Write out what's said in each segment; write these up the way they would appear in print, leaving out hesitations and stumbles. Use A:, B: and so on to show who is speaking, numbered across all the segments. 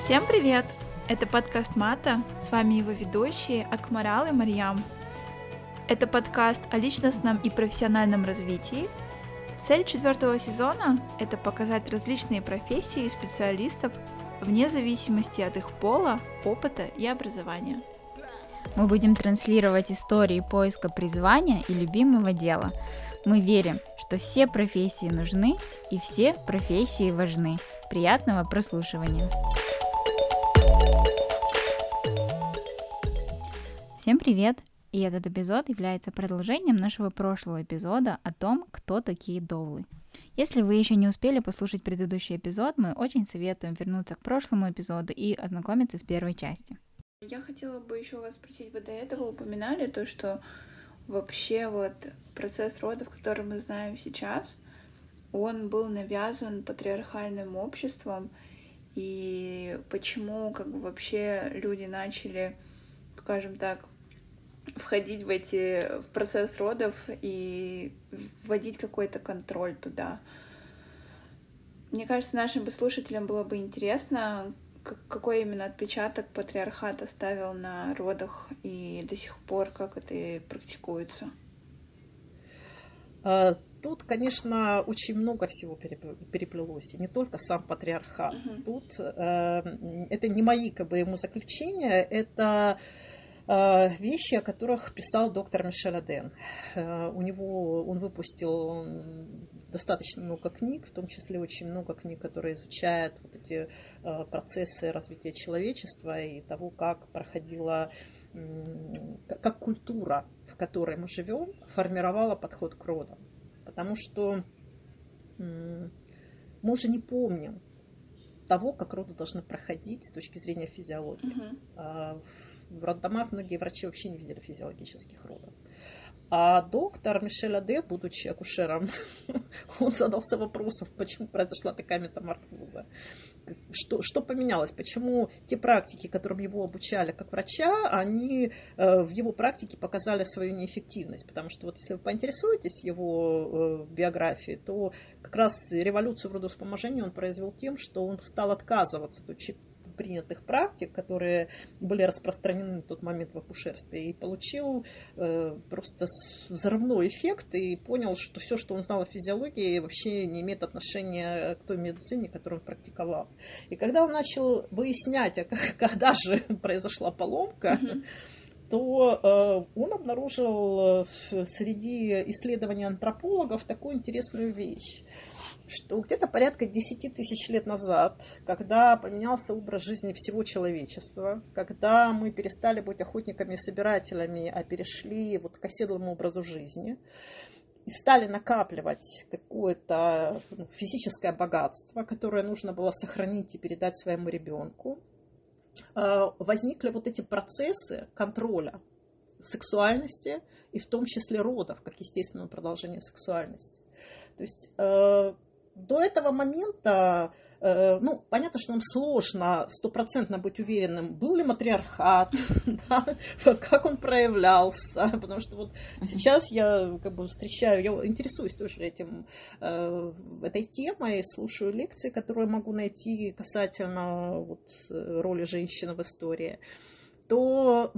A: Всем привет! Это подкаст Мата, с вами его ведущие Акмарал и Марьям. Это подкаст о личностном и профессиональном развитии. Цель 4-го сезона – это показать различные профессии и специалистов вне зависимости от их пола, опыта и образования.
B: Мы будем транслировать истории поиска призвания и любимого дела. Мы верим, что все профессии нужны и все профессии важны. Приятного прослушивания! Всем привет! И этот эпизод является продолжением нашего прошлого эпизода о том, кто такие доулы. Если вы еще не успели послушать предыдущий эпизод, мы очень советуем вернуться к прошлому эпизоду и ознакомиться с первой частью.
A: Я хотела бы еще вас спросить, вы до этого упоминали то, что вообще вот процесс родов, который мы знаем сейчас, он был навязан патриархальным обществом, и почему вообще люди начали, скажем так, входить в процесс родов и вводить какой-то контроль туда. Мне кажется, нашим слушателям было бы интересно, какой именно отпечаток патриархат оставил на родах и до сих пор, как это практикуется.
C: Тут, конечно, очень много всего переплелось, и не только сам патриархат. Тут это не мои умозаключения, это вещи, о которых писал доктор Мишель Аден. Он выпустил достаточно много книг, в том числе очень много книг, которые изучают вот эти процессы развития человечества и того, как проходила, как культура, в которой мы живем, формировала подход к родам. Потому что мы уже не помним того, как роды должны проходить с точки зрения физиологии. В роддомах многие врачи вообще не видели физиологических родов. А доктор Мишель Аден, будучи акушером, он задался вопросом, почему произошла такая метаморфоза. Что поменялось? Почему те практики, которым его обучали как врача, они в его практике показали свою неэффективность? Потому что вот если вы поинтересуетесь его биографией, то как раз революцию в родовспоможении он произвел тем, что он стал отказываться от принятых практик, которые были распространены в тот момент в акушерстве, и получил просто взрывной эффект и понял, что все, что он знал о физиологии, вообще не имеет отношения к той медицине, которую он практиковал. И когда он начал выяснять, когда же произошла поломка, то он обнаружил среди исследований антропологов такую интересную вещь, что где-то порядка 10 тысяч лет назад, когда поменялся образ жизни всего человечества, когда мы перестали быть охотниками и собирателями, а перешли к оседлому образу жизни, и стали накапливать какое-то физическое богатство, которое нужно было сохранить и передать своему ребенку, возникли эти процессы контроля сексуальности и в том числе родов, как естественного продолжения сексуальности. То есть до этого момента, понятно, что нам сложно стопроцентно быть уверенным, был ли матриархат, да, как он проявлялся, потому что сейчас я встречаю, я интересуюсь тоже этой темой, слушаю лекции, которые могу найти касательно роли женщины в истории, то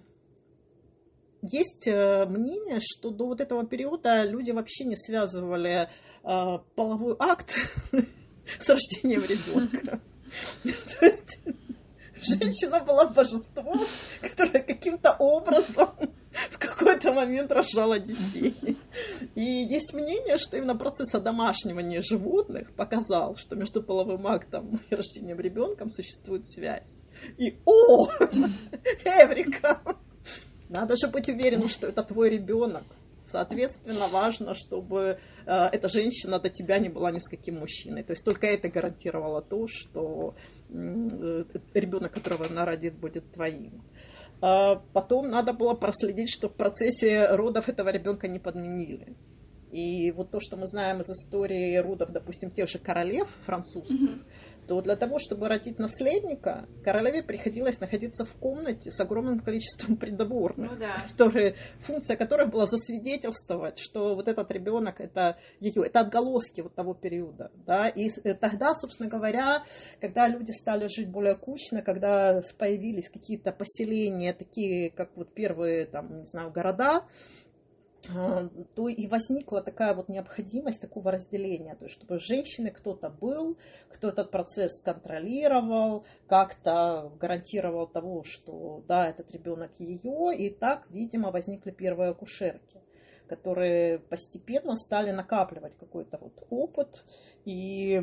C: есть мнение, что до этого периода люди вообще не связывали половой акт с рождением ребенка. То есть женщина была божеством, которое каким-то образом в какой-то момент рожала детей. И есть мнение, что именно процесс одомашнивания животных показал, что между половым актом и рождением ребенка существует связь. И Эврика! Надо же быть уверенным, что это твой ребенок. Соответственно, важно, чтобы эта женщина до тебя не была ни с каким мужчиной. То есть только это гарантировало то, что ребенок, которого она родит, будет твоим. Потом надо было проследить, что в процессе родов этого ребенка не подменили. И вот то, что мы знаем из истории родов, допустим, тех же королев французских, то для того, чтобы родить наследника, королеве приходилось находиться в комнате с огромным количеством придворных, функция которых была засвидетельствовать, что вот этот ребенок это ее, это отголоски вот того периода. Да? И тогда, собственно говоря, когда люди стали жить более кучно, когда появились какие-то поселения, такие как вот первые, там, не знаю, города, то и возникла такая вот необходимость такого разделения, то есть чтобы женщины кто-то был, кто этот процесс контролировал, как-то гарантировал того, что да, этот ребенок ее, и так, видимо, возникли первые акушерки, которые постепенно стали накапливать какой-то вот опыт и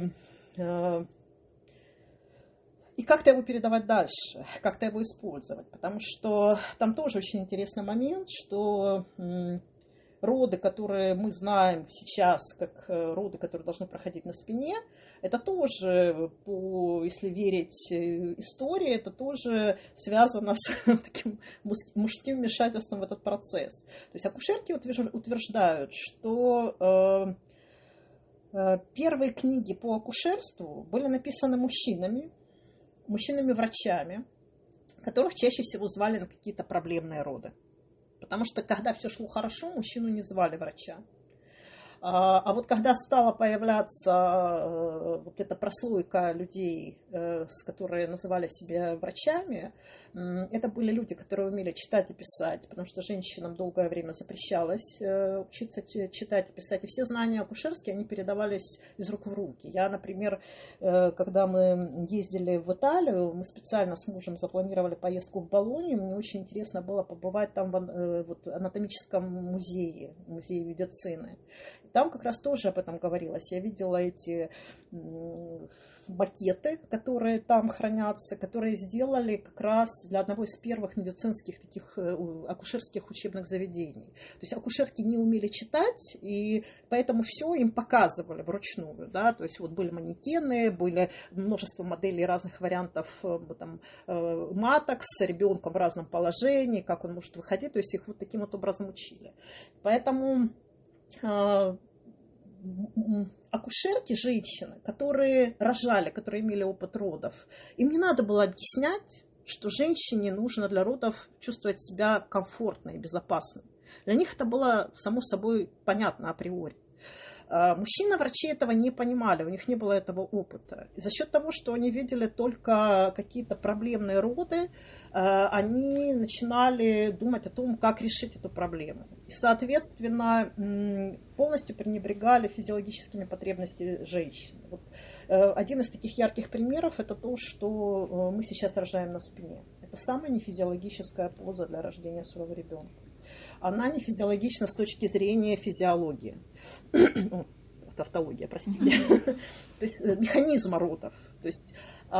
C: как-то его передавать дальше, как-то его использовать, потому что там тоже очень интересный момент, что роды, которые мы знаем сейчас, как роды, которые должны проходить на спине, это тоже, если верить истории, это тоже связано с таким мужским вмешательством в этот процесс. То есть акушерки утверждают, что первые книги по акушерству были написаны мужчинами-врачами, которых чаще всего звали на какие-то проблемные роды. Потому что, когда все шло хорошо, мужчину не звали врача. А вот когда стала появляться вот эта прослойка людей, которые называли себя врачами, это были люди, которые умели читать и писать, потому что женщинам долгое время запрещалось учиться читать и писать. И все знания акушерские, они передавались из рук в руки. Я, например, когда мы ездили в Италию, мы специально с мужем запланировали поездку в Болонью. Мне очень интересно было побывать там в анатомическом музее медицины. Там как раз тоже об этом говорилось. Я видела эти макеты, которые там хранятся, которые сделали как раз для одного из первых медицинских таких акушерских учебных заведений. То есть акушерки не умели читать, и поэтому все им показывали вручную. Да? То есть вот были манекены, были множество моделей разных вариантов там, маток с ребенком в разном положении, как он может выходить. То есть их вот таким вот образом учили. Поэтому акушерки, женщины, которые рожали, которые имели опыт родов, им не надо было объяснять, что женщине нужно для родов чувствовать себя комфортно и безопасно. Для них это было само собой понятно априори. Мужчины-врачи этого не понимали, у них не было этого опыта. И за счет того, что они видели только какие-то проблемные роды, они начинали думать о том, как решить эту проблему. И, соответственно, полностью пренебрегали физиологическими потребностями женщин. Вот, один из таких ярких примеров – это то, что мы сейчас рожаем на спине. Это самая нефизиологическая поза для рождения своего ребенка. Она не физиологична с точки зрения физиологии. Тавтология, простите. То есть механизма родов. То есть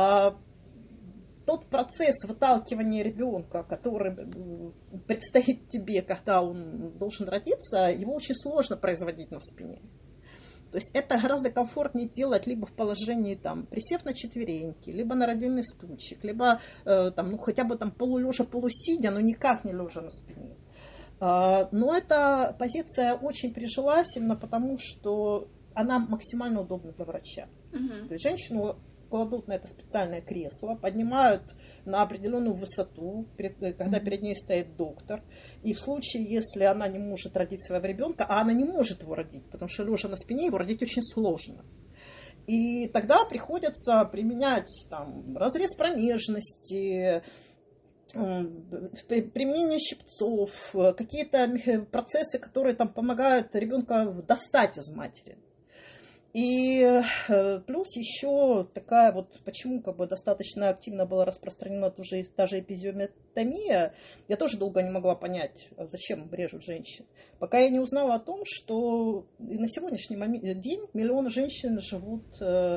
C: тот процесс выталкивания ребенка, который предстоит тебе, когда он должен родиться, его очень сложно производить на спине. То есть это гораздо комфортнее делать либо в положении, там, присев на четвереньки, либо на родильный стульчик, либо там, ну, хотя бы там полулежа, полусидя, но никак не лежа на спине. Но эта позиция очень прижилась именно потому, что она максимально удобна для врача. То есть женщину кладут на это специальное кресло, поднимают на определенную высоту, когда перед ней стоит доктор. И в случае, если она не может родить своего ребенка, а она не может его родить, потому что лежа на спине его родить очень сложно. И тогда приходится применять там, разрез промежности, применение щипцов, какие-то процессы, которые там помогают ребенка достать из матери. И плюс еще такая вот, почему как бы достаточно активно была распространена та же эпизиомиотомия, я тоже долго не могла понять, зачем режут женщин. Пока я не узнала о том, что и на сегодняшний день миллионы женщин живут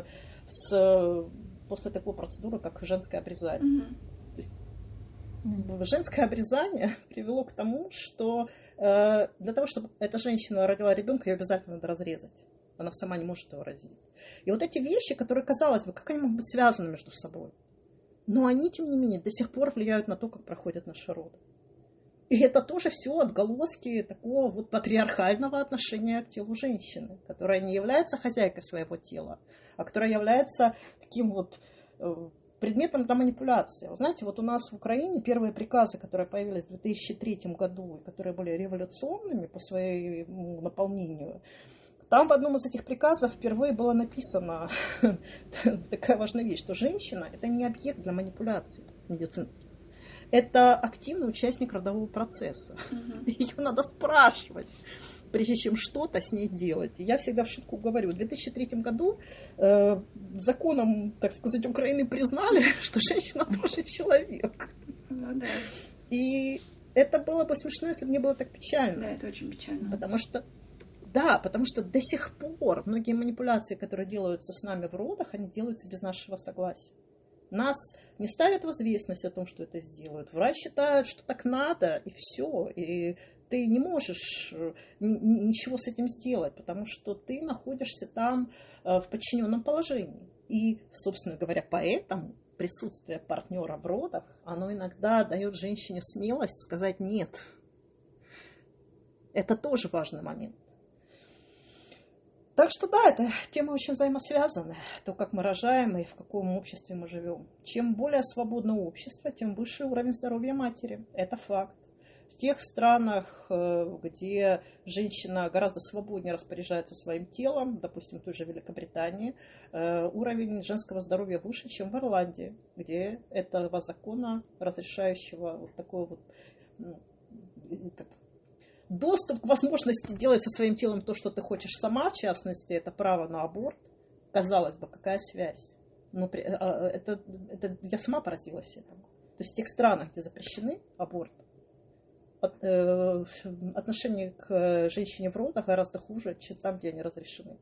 C: после такой процедуры, как женское обрезание. То есть женское обрезание привело к тому, что для того, чтобы эта женщина родила ребенка, ее обязательно надо разрезать. Она сама не может его родить. И вот эти вещи, которые, казалось бы, как они могут быть связаны между собой, но они, тем не менее, до сих пор влияют на то, как проходят наши роды. И это тоже все отголоски такого вот патриархального отношения к телу женщины, которая не является хозяйкой своего тела, а которая является таким вот предметом для манипуляции. Вы знаете, вот у нас в Украине первые приказы, которые появились в 2003 году, и которые были революционными по своему наполнению, там в одном из этих приказов впервые было написано такая важная вещь, что женщина – это не объект для манипуляций медицинских. Это активный участник родового процесса. Ее надо спрашивать, прежде чем что-то с ней делать. И я всегда в шутку говорю, в 2003 году законом, так сказать, Украины признали, что женщина тоже человек.
A: Ну да.
C: И это было бы смешно, если бы не было так печально.
A: Да, это очень печально.
C: Потому что до сих пор многие манипуляции, которые делаются с нами в родах, они делаются без нашего согласия. Нас не ставят в известность о том, что это сделают. Врач считает, что так надо, и все. И ты не можешь ничего с этим сделать, потому что ты находишься там в подчиненном положении. И, собственно говоря, поэтому присутствие партнера в родах, оно иногда дает женщине смелость сказать «нет». Это тоже важный момент. Так что да, эта тема очень взаимосвязана. То, как мы рожаем и в каком обществе мы живем. Чем более свободное общество, тем выше уровень здоровья матери. Это факт. В тех странах, где женщина гораздо свободнее распоряжается своим телом, допустим, в той же Великобритании, уровень женского здоровья выше, чем в Ирландии, где этого закона, разрешающего вот такой вот доступ к возможности делать со своим телом то, что ты хочешь сама, в частности, это право на аборт. Казалось бы, какая связь? Но я сама поразилась этому. То есть в тех странах, где запрещены аборты, отношение к женщине в родах гораздо хуже, чем там, где они разрешены.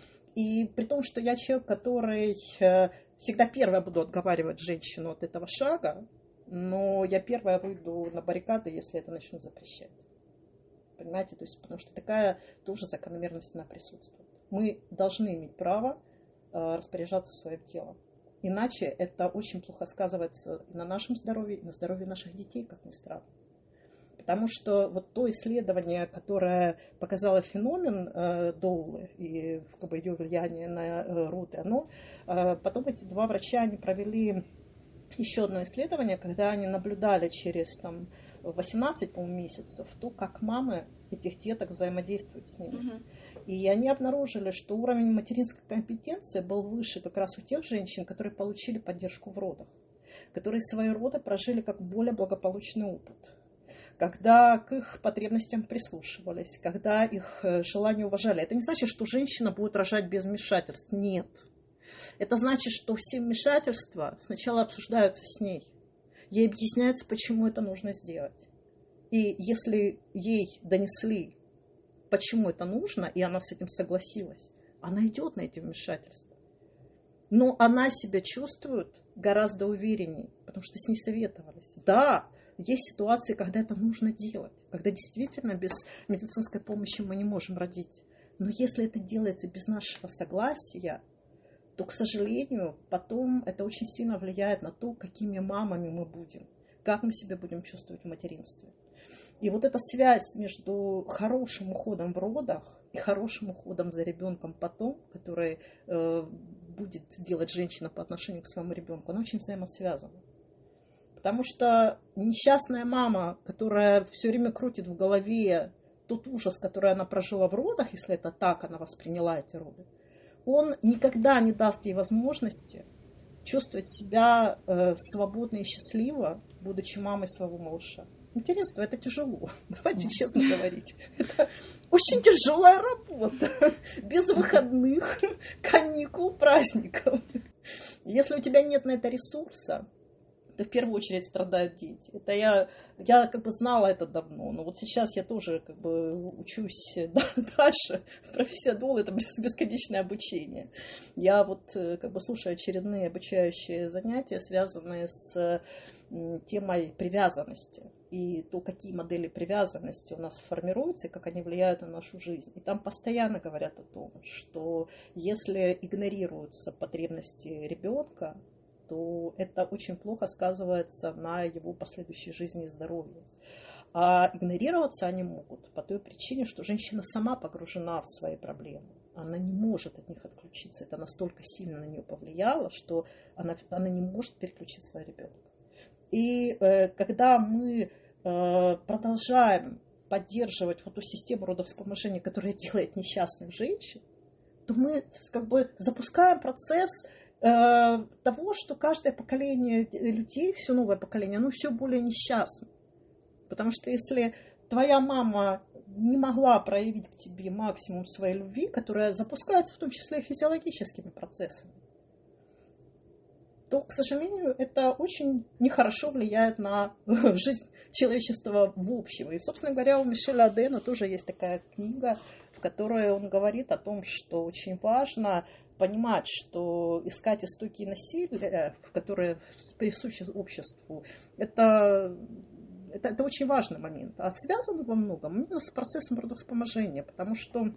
C: И при том, что я человек, который всегда первая буду отговаривать женщину от этого шага, но я первая выйду на баррикады, если это начнут запрещать. Понимаете? То есть, потому что такая тоже закономерность она присутствует. Мы должны иметь право распоряжаться своим телом. Иначе это очень плохо сказывается и на нашем здоровье, и на здоровье наших детей, как ни странно. Потому что вот то исследование, которое показало феномен Доулы и как бы, ее влияние на роды, потом эти два врача они провели еще одно исследование, когда они наблюдали через 18, по-моему, месяцев, то, как мамы этих деток взаимодействуют с ними. И они обнаружили, что уровень материнской компетенции был выше как раз у тех женщин, которые получили поддержку в родах, которые свои роды прожили как более благополучный опыт, когда к их потребностям прислушивались, когда их желания уважали. Это не значит, что женщина будет рожать без вмешательств. Нет. Это значит, что все вмешательства сначала обсуждаются с ней. Ей объясняется, почему это нужно сделать. И если ей донесли, почему это нужно, и она с этим согласилась, она идет на эти вмешательства. Но она себя чувствует гораздо увереннее, потому что с ней советовались. Да, есть ситуации, когда это нужно делать, когда действительно без медицинской помощи мы не можем родить. Но если это делается без нашего согласия, то, к сожалению, потом это очень сильно влияет на то, какими мамами мы будем, как мы себя будем чувствовать в материнстве. И вот эта связь между хорошим уходом в родах и хорошим уходом за ребенком потом, который будет делать женщина по отношению к своему ребенку, она очень взаимосвязана. Потому что несчастная мама, которая все время крутит в голове тот ужас, который она прожила в родах, если это так она восприняла эти роды, он никогда не даст ей возможности чувствовать себя свободно и счастливо, будучи мамой своего малыша. Материнство – это тяжело, давайте честно говорить. Это очень тяжелая работа, без выходных, каникул, праздников. Если у тебя нет на это ресурса, то в первую очередь страдают дети. Это я как бы знала это давно, но вот сейчас я тоже как бы учусь дальше. Профессия Доулы – это бесконечное обучение. Я вот как бы слушаю очередные обучающие занятия, связанные с темой привязанности и то, какие модели привязанности у нас формируются и как они влияют на нашу жизнь. И там постоянно говорят о том, что если игнорируются потребности ребенка, то это очень плохо сказывается на его последующей жизни и здоровье. А игнорироваться они могут по той причине, что женщина сама погружена в свои проблемы. Она не может от них отключиться. Это настолько сильно на нее повлияло, что она не может переключить своего ребенка. И когда мы продолжаем поддерживать вот ту систему родовспоможения, которая делает несчастных женщин, то мы как бы запускаем процесс того, что каждое поколение людей, все новое поколение, оно все более несчастно. Потому что если твоя мама не могла проявить к тебе максимум своей любви, которая запускается в том числе и физиологическими процессами, то, к сожалению, это очень нехорошо влияет на жизнь человечества в общем. И, собственно говоря, у Мишеля Адена тоже есть такая книга, в которой он говорит о том, что очень важно понимать, что искать истоки насилия, которые присущи обществу, это очень важный момент. А связано во многом именно с процессом родовспоможения, потому что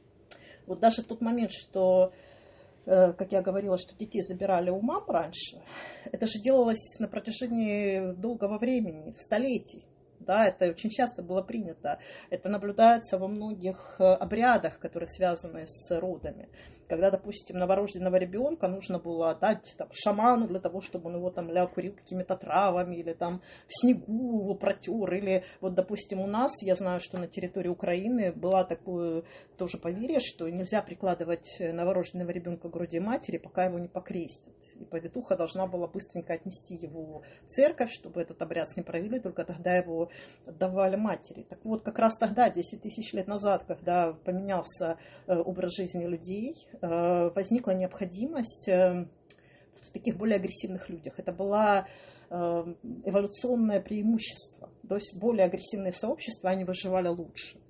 C: вот даже тот момент, что, как я говорила, что детей забирали у мам раньше, это же делалось на протяжении долгого времени, столетий. Да, это очень часто было принято. Это наблюдается во многих обрядах, которые связаны с родами. Когда, допустим, новорожденного ребенка нужно было отдать там, шаману для того, чтобы он его там окурил какими-то травами, или там в снегу его протер, или вот, допустим, у нас, я знаю, что на территории Украины было такое тоже поверье, что нельзя прикладывать новорожденного ребенка к груди матери, пока его не покрестят. И повитуха должна была быстренько отнести его в церковь, чтобы этот обряд с ним провели, только тогда его отдавали матери. Так вот, как раз тогда, 10 тысяч лет назад, когда поменялся образ жизни людей, возникла необходимость в таких более агрессивных людях. Это было эволюционное преимущество. То есть более агрессивные сообщества, они выживали лучше.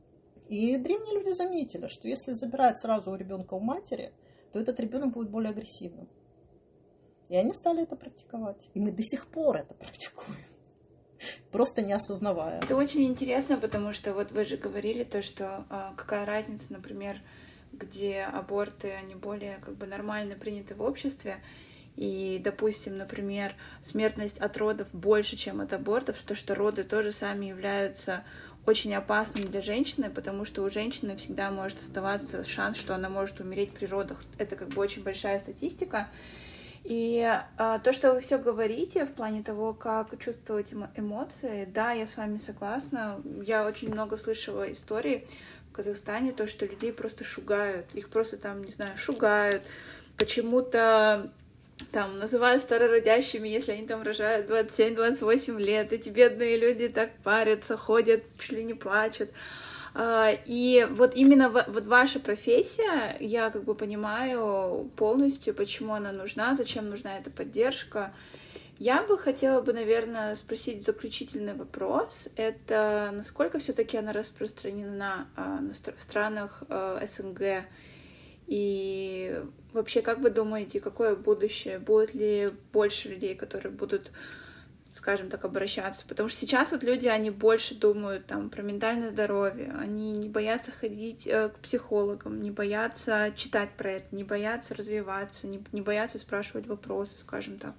C: И древние люди заметили, что если забирать сразу у ребенка у матери, то этот ребенок будет более агрессивным. И они стали это практиковать. И мы до сих пор это практикуем. Просто не осознавая.
A: Это очень интересно, потому что вот вы же говорили то, что какая разница, например, где аборты, они более как бы нормально приняты в обществе, и, допустим, например, смертность от родов больше, чем от абортов, что роды тоже сами являются очень опасными для женщины, потому что у женщины всегда может оставаться шанс, что она может умереть при родах. Это как бы очень большая статистика. И то, что вы все говорите в плане того, как чувствовать эмоции, да, я с вами согласна. Я очень много слышала историй в Казахстане, то, что людей просто шугают, их просто там, не знаю, шугают, почему-то там называют старородящими, если они там рожают 27-28 лет, эти бедные люди так парятся, ходят, чуть ли не плачут. И вот именно вот ваша профессия, я как бы понимаю полностью, почему она нужна, зачем нужна эта поддержка. Я бы хотела бы, наверное, спросить заключительный вопрос. Это насколько все-таки она распространена в странах СНГ? И вообще, как вы думаете, какое будущее? Будет ли больше людей, которые будут, скажем так, обращаться? Потому что сейчас вот люди, они больше думают там про ментальное здоровье, они не боятся ходить к психологам, не боятся читать про это, не боятся развиваться, не боятся спрашивать вопросы, скажем так.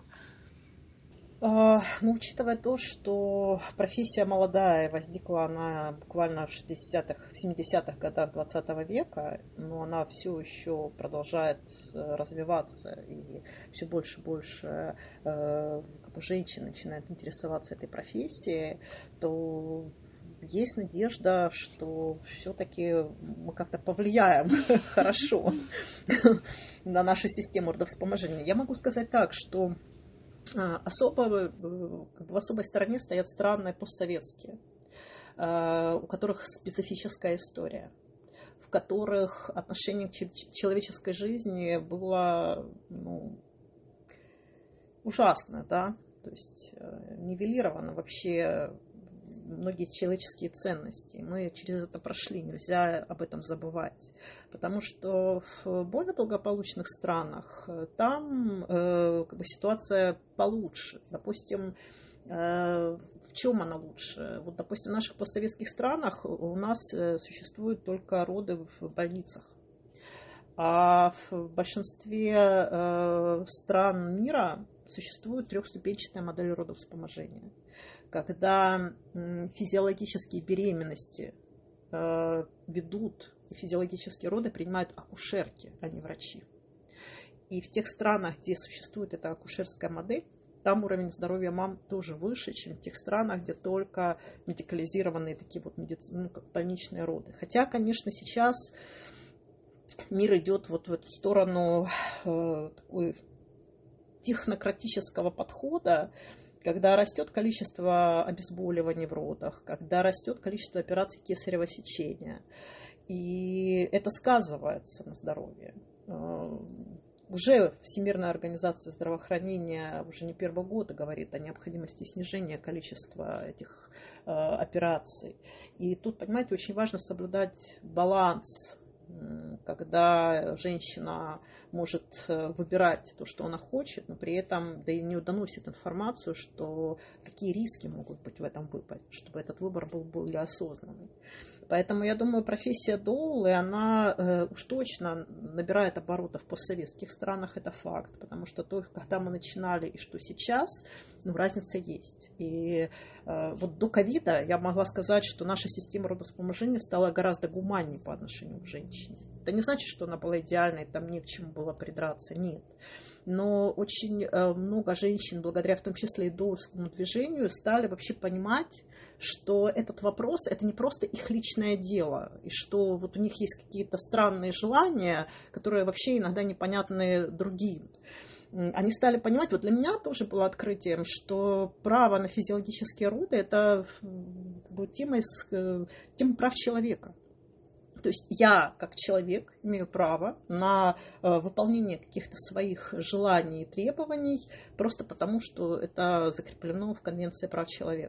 C: Ну, учитывая то, что профессия молодая, возникла она буквально в 60-х, в 70-х годах 20 века, но она все еще продолжает развиваться, и все больше и больше женщин начинают интересоваться этой профессией, то есть надежда, что все-таки мы как-то повлияем хорошо на нашу систему родовспоможения. Я могу сказать так, что в особой стороне стоят страны постсоветские, у которых специфическая история, в которых отношение к человеческой жизни было ужасно, да, то есть нивелировано вообще многие человеческие ценности. Мы через это прошли, нельзя об этом забывать. Потому что в более благополучных странах там как бы ситуация получше. Допустим, в чем она лучше? Вот, допустим, в наших постсоветских странах у нас существуют только роды в больницах. А в большинстве стран мира существует трехступенчатая модель родовспоможения, когда физиологические беременности ведут, и физиологические роды принимают акушерки, а не врачи. И в тех странах, где существует эта акушерская модель, там уровень здоровья мам тоже выше, чем в тех странах, где только медикализированные такие вот как больничные роды. Хотя, конечно, сейчас мир идет вот в эту сторону такой технократического подхода, когда растет количество обезболиваний в родах, когда растет количество операций кесарево сечения. И это сказывается на здоровье. Уже Всемирная организация здравоохранения уже не первый год говорит о необходимости снижения количества этих операций. И тут, понимаете, очень важно соблюдать баланс, когда женщина может выбирать то, что она хочет, но при этом да и не доносит информацию, что какие риски могут быть в этом выборе, чтобы этот выбор был более осознанный. Поэтому я думаю, профессия доулы, она уж точно набирает оборотов в постсоветских странах, это факт, потому что то, когда мы начинали и что сейчас, разница есть. И вот до ковида я могла сказать, что наша система родовспоможения стала гораздо гуманнее по отношению к женщине. Это не значит, что она была идеальной, там не к чему было придраться, нет. Но очень много женщин, благодаря в том числе и доульскому движению, стали вообще понимать, что этот вопрос, это не просто их личное дело, и что вот у них есть какие-то странные желания, которые вообще иногда непонятны другим. Они стали понимать, вот для меня тоже было открытием, что право на физиологические роды – это тема прав человека. То есть я, как человек, имею право на выполнение каких-то своих желаний и требований просто потому, что это закреплено в Конвенции прав человека.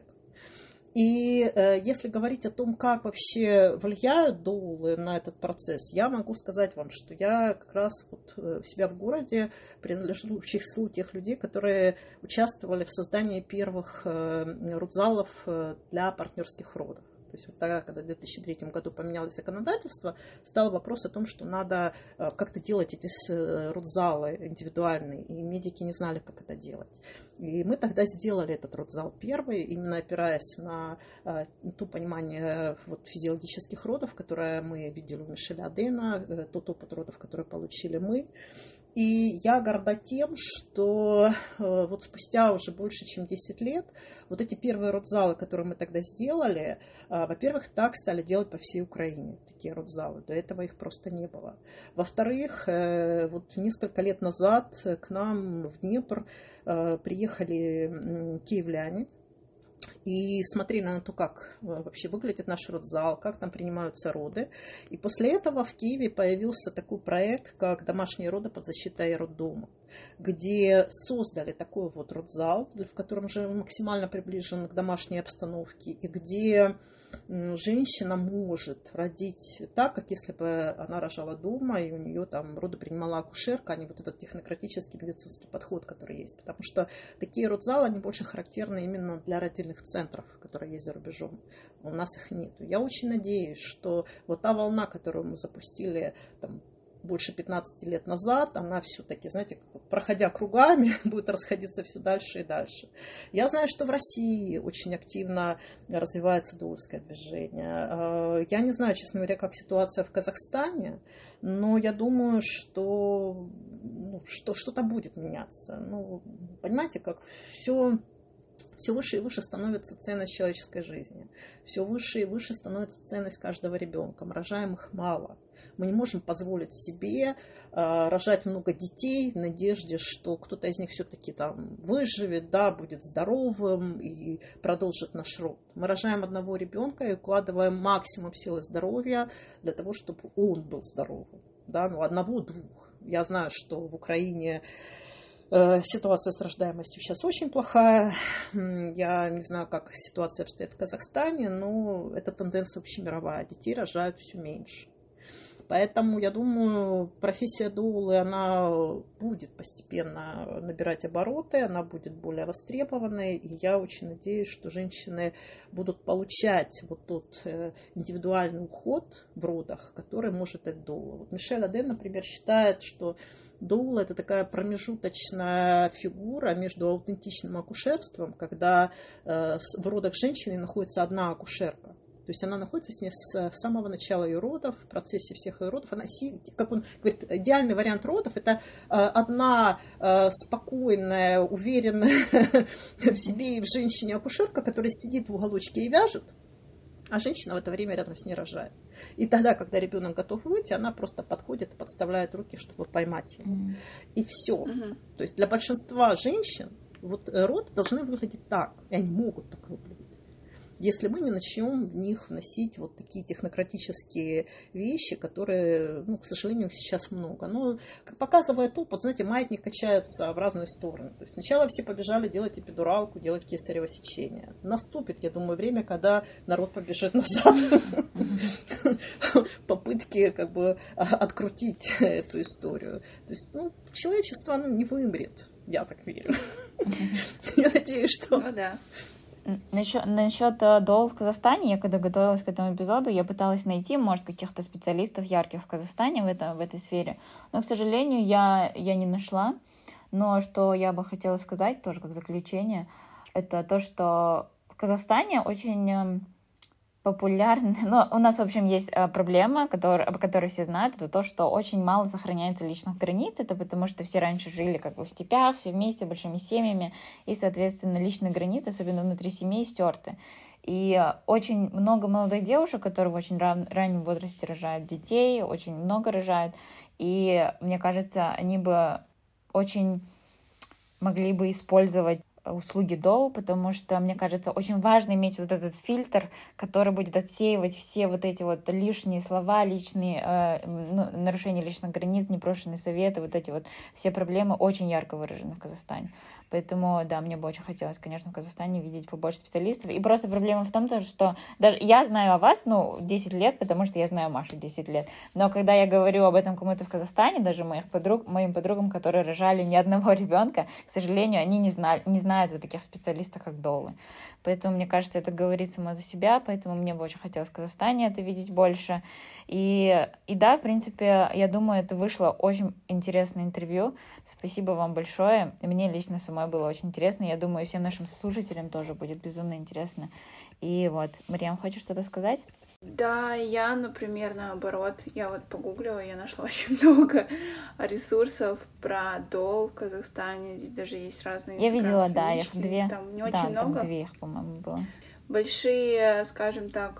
C: И если говорить о том, как вообще влияют доулы на этот процесс, я могу сказать вам, что я как раз вот у себя в городе принадлежу к числу тех людей, которые участвовали в создании первых родзалов для партнерских родов. То есть вот тогда, когда в 2003 году поменялось законодательство, стал вопрос о том, что надо как-то делать эти родзалы индивидуальные, и медики не знали, как это делать. И мы тогда сделали этот родзал первый, именно опираясь на то понимание вот, физиологических родов, которое мы видели у Мишеля Адена, тот опыт родов, который получили мы. И я горда тем, что вот спустя уже больше, чем 10 лет, вот эти первые родзалы, которые мы тогда сделали, во-первых, так стали делать по всей Украине, такие родзалы. До этого их просто не было. Во-вторых, вот несколько лет назад к нам в Днепр приехали киевляне, и смотрели на то, как вообще выглядит наш родзал, как там принимаются роды. И после этого в Киеве появился такой проект, как «Домашние роды под защитой роддома», где создали такой вот родзал, в котором же максимально приближен к домашней обстановке, и где женщина может родить так, как если бы она рожала дома, и у нее там роды принимала акушерка, а не вот этот технократический медицинский подход, который есть. Потому что такие родзалы, они больше характерны именно для родильных центров, которые есть за рубежом. У нас их нету. Я очень надеюсь, что вот та волна, которую мы запустили там, больше 15 лет назад, она все-таки, знаете, проходя кругами, будет расходиться все дальше и дальше. Я знаю, что в России очень активно развивается доульское движение. Я не знаю, честно говоря, как ситуация в Казахстане, но я думаю, что что-то будет меняться. Понимаете, как все выше и выше становится ценность человеческой жизни. Все выше и выше становится ценность каждого ребенка. Мы рожаем их мало. Мы не можем позволить себе рожать много детей в надежде, что кто-то из них все-таки там выживет, да, будет здоровым и продолжит наш род. Мы рожаем одного ребенка и укладываем максимум силы здоровья для того, чтобы он был здоровым. Да, одного-двух. Я знаю, что в Украине ситуация с рождаемостью сейчас очень плохая. Я не знаю, как ситуация обстоит в Казахстане, но эта тенденция общемировая. Детей рожают все меньше. Поэтому, я думаю, профессия доулы, она будет постепенно набирать обороты, она будет более востребованной, и я очень надеюсь, что женщины будут получать вот тот индивидуальный уход в родах, который может дать доула. Вот Мишель Аден, например, считает, что доула — это такая промежуточная фигура между аутентичным акушерством, когда в родах женщины находится одна акушерка. То есть она находится с ней с самого начала ее родов, в процессе всех ее родов. Она, как он говорит, идеальный вариант родов — это одна спокойная, уверенная в себе и в женщине акушерка, которая сидит в уголочке и вяжет, а женщина в это время рядом с ней рожает. И тогда, когда ребенок готов выйти, она просто подходит и подставляет руки, чтобы поймать его. И все. То есть для большинства женщин вот роды должны выглядеть так, и они могут так выглядеть, если мы не начнем в них вносить вот такие технократические вещи, которые, к сожалению, сейчас много. Но, как показывает опыт, знаете, маятник качается в разные стороны. То есть сначала все побежали делать эпидуралку, делать кесарево сечение. Наступит, я думаю, время, когда народ побежит назад. Попытки как бы открутить эту историю. То есть, человечество не вымрет, я так верю. Я надеюсь, что...
A: Ну да.
B: Насчет доул в Казахстане, я когда готовилась к этому эпизоду, я пыталась найти, может, каких-то специалистов ярких в Казахстане в этой сфере, но, к сожалению, я не нашла. Но что я бы хотела сказать, тоже как заключение, это то, что в Казахстане очень популярны, но у нас, в общем, есть проблема, о которой все знают, это то, что очень мало сохраняется личных границ, это потому что все раньше жили как бы в степях, все вместе, большими семьями, и, соответственно, личные границы, особенно внутри семей, стерты. И очень много молодых девушек, которые в очень раннем возрасте рожают детей, очень много рожают, и, мне кажется, они бы очень могли бы использовать услуги доул, потому что, мне кажется, очень важно иметь вот этот фильтр, который будет отсеивать все вот эти вот лишние слова, личные нарушения личных границ, непрошенные советы, вот эти вот все проблемы очень ярко выражены в Казахстане. Поэтому, да, мне бы очень хотелось, конечно, в Казахстане видеть побольше специалистов. И просто проблема в том, что даже я знаю о вас, 10 лет, потому что я знаю Машу 10 лет. Но когда я говорю об этом кому-то в Казахстане, даже моим подругам, которые рожали ни одного ребенка, к сожалению, они не знают о таких специалистах, как доулы. Поэтому, мне кажется, это говорит само за себя, поэтому мне бы очень хотелось в Казахстане это видеть больше. И да, в принципе, я думаю, это вышло очень интересное интервью. Спасибо вам большое. И мне лично самой было очень интересно. Я думаю, всем нашим слушателям тоже будет безумно интересно. И вот, Мариам, хочешь что-то сказать?
A: Да, я, например, наоборот, я вот погуглила, я нашла очень много ресурсов про доул в Казахстане. Здесь даже есть разные...
B: Я видела, да, их 2.
A: Там не очень много.
B: Там 2 их, по-моему, было.
A: Большие, скажем так,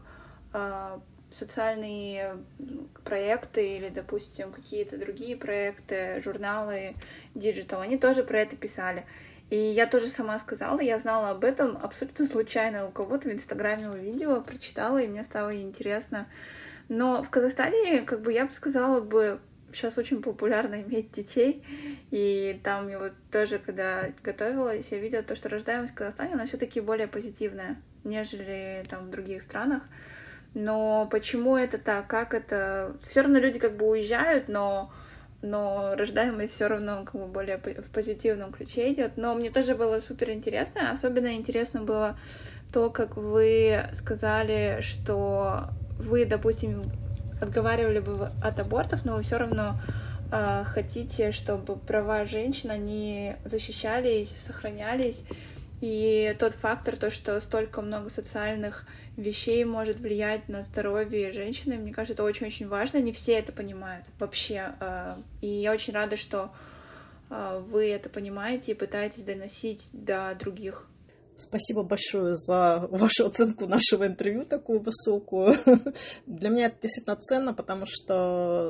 A: социальные проекты или, допустим, какие-то другие проекты, журналы, диджитал, они тоже про это писали. И я тоже сама сказала, я знала об этом абсолютно случайно. У кого-то в Инстаграме увидела, прочитала, и мне стало интересно. Но в Казахстане, я бы сказала сейчас очень популярно иметь детей. И там я вот тоже, когда готовилась, я видела то, что рождаемость в Казахстане, она все-таки более позитивная, нежели там в других странах. Но почему это так? Как это? Все равно люди уезжают, но рождаемость все равно более в позитивном ключе идет. Но мне тоже было супер интересно. Особенно интересно было то, как вы сказали, что вы, допустим, отговаривали бы от абортов, но вы все равно хотите, чтобы права женщин, они защищались, сохранялись. И тот фактор, то, что столько много социальных вещей может влиять на здоровье женщины, мне кажется, это очень-очень важно. Не все это понимают вообще. И я очень рада, что вы это понимаете и пытаетесь доносить до других.
C: Спасибо большое за вашу оценку нашего интервью, такую высокую. Для меня это действительно ценно, потому что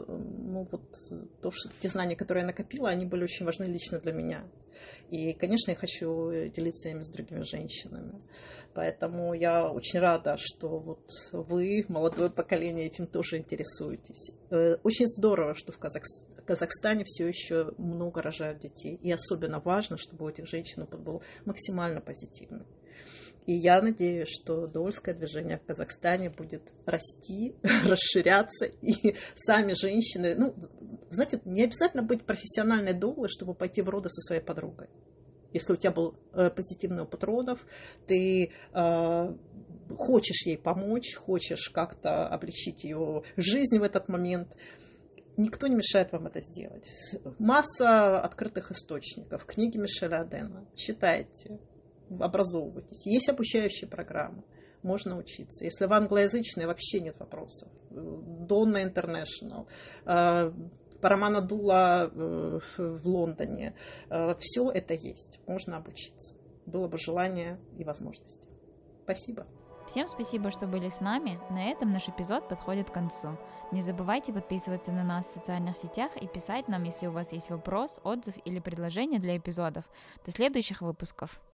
C: те знания, которые я накопила, они были очень важны лично для меня. И, конечно, я хочу делиться ими с другими женщинами. Поэтому я очень рада, что вы, молодое поколение, этим тоже интересуетесь. Очень здорово, что в Казахстане все еще много рожают детей. И особенно важно, чтобы у этих женщин опыт был максимально позитивный. И я надеюсь, что доульское движение в Казахстане будет расти, расширяться, и сами женщины, ну, знаете, не обязательно быть профессиональной доулой, чтобы пойти в роды со своей подругой. Если у тебя был позитивный опыт родов, ты хочешь ей помочь, хочешь как-то облегчить ее жизнь в этот момент, никто не мешает вам это сделать. Масса открытых источников, книги Мишеля Адена, читайте, образовывайтесь. Есть обучающие программы, можно учиться. Если вы англоязычные, вообще нет вопросов. Donna International, Парамана Дула в Лондоне, все это есть, можно обучиться. Было бы желание и возможности. Спасибо.
B: Всем спасибо, что были с нами. На этом наш эпизод подходит к концу. Не забывайте подписываться на нас в социальных сетях и писать нам, если у вас есть вопрос, отзыв или предложение для эпизодов. До следующих выпусков.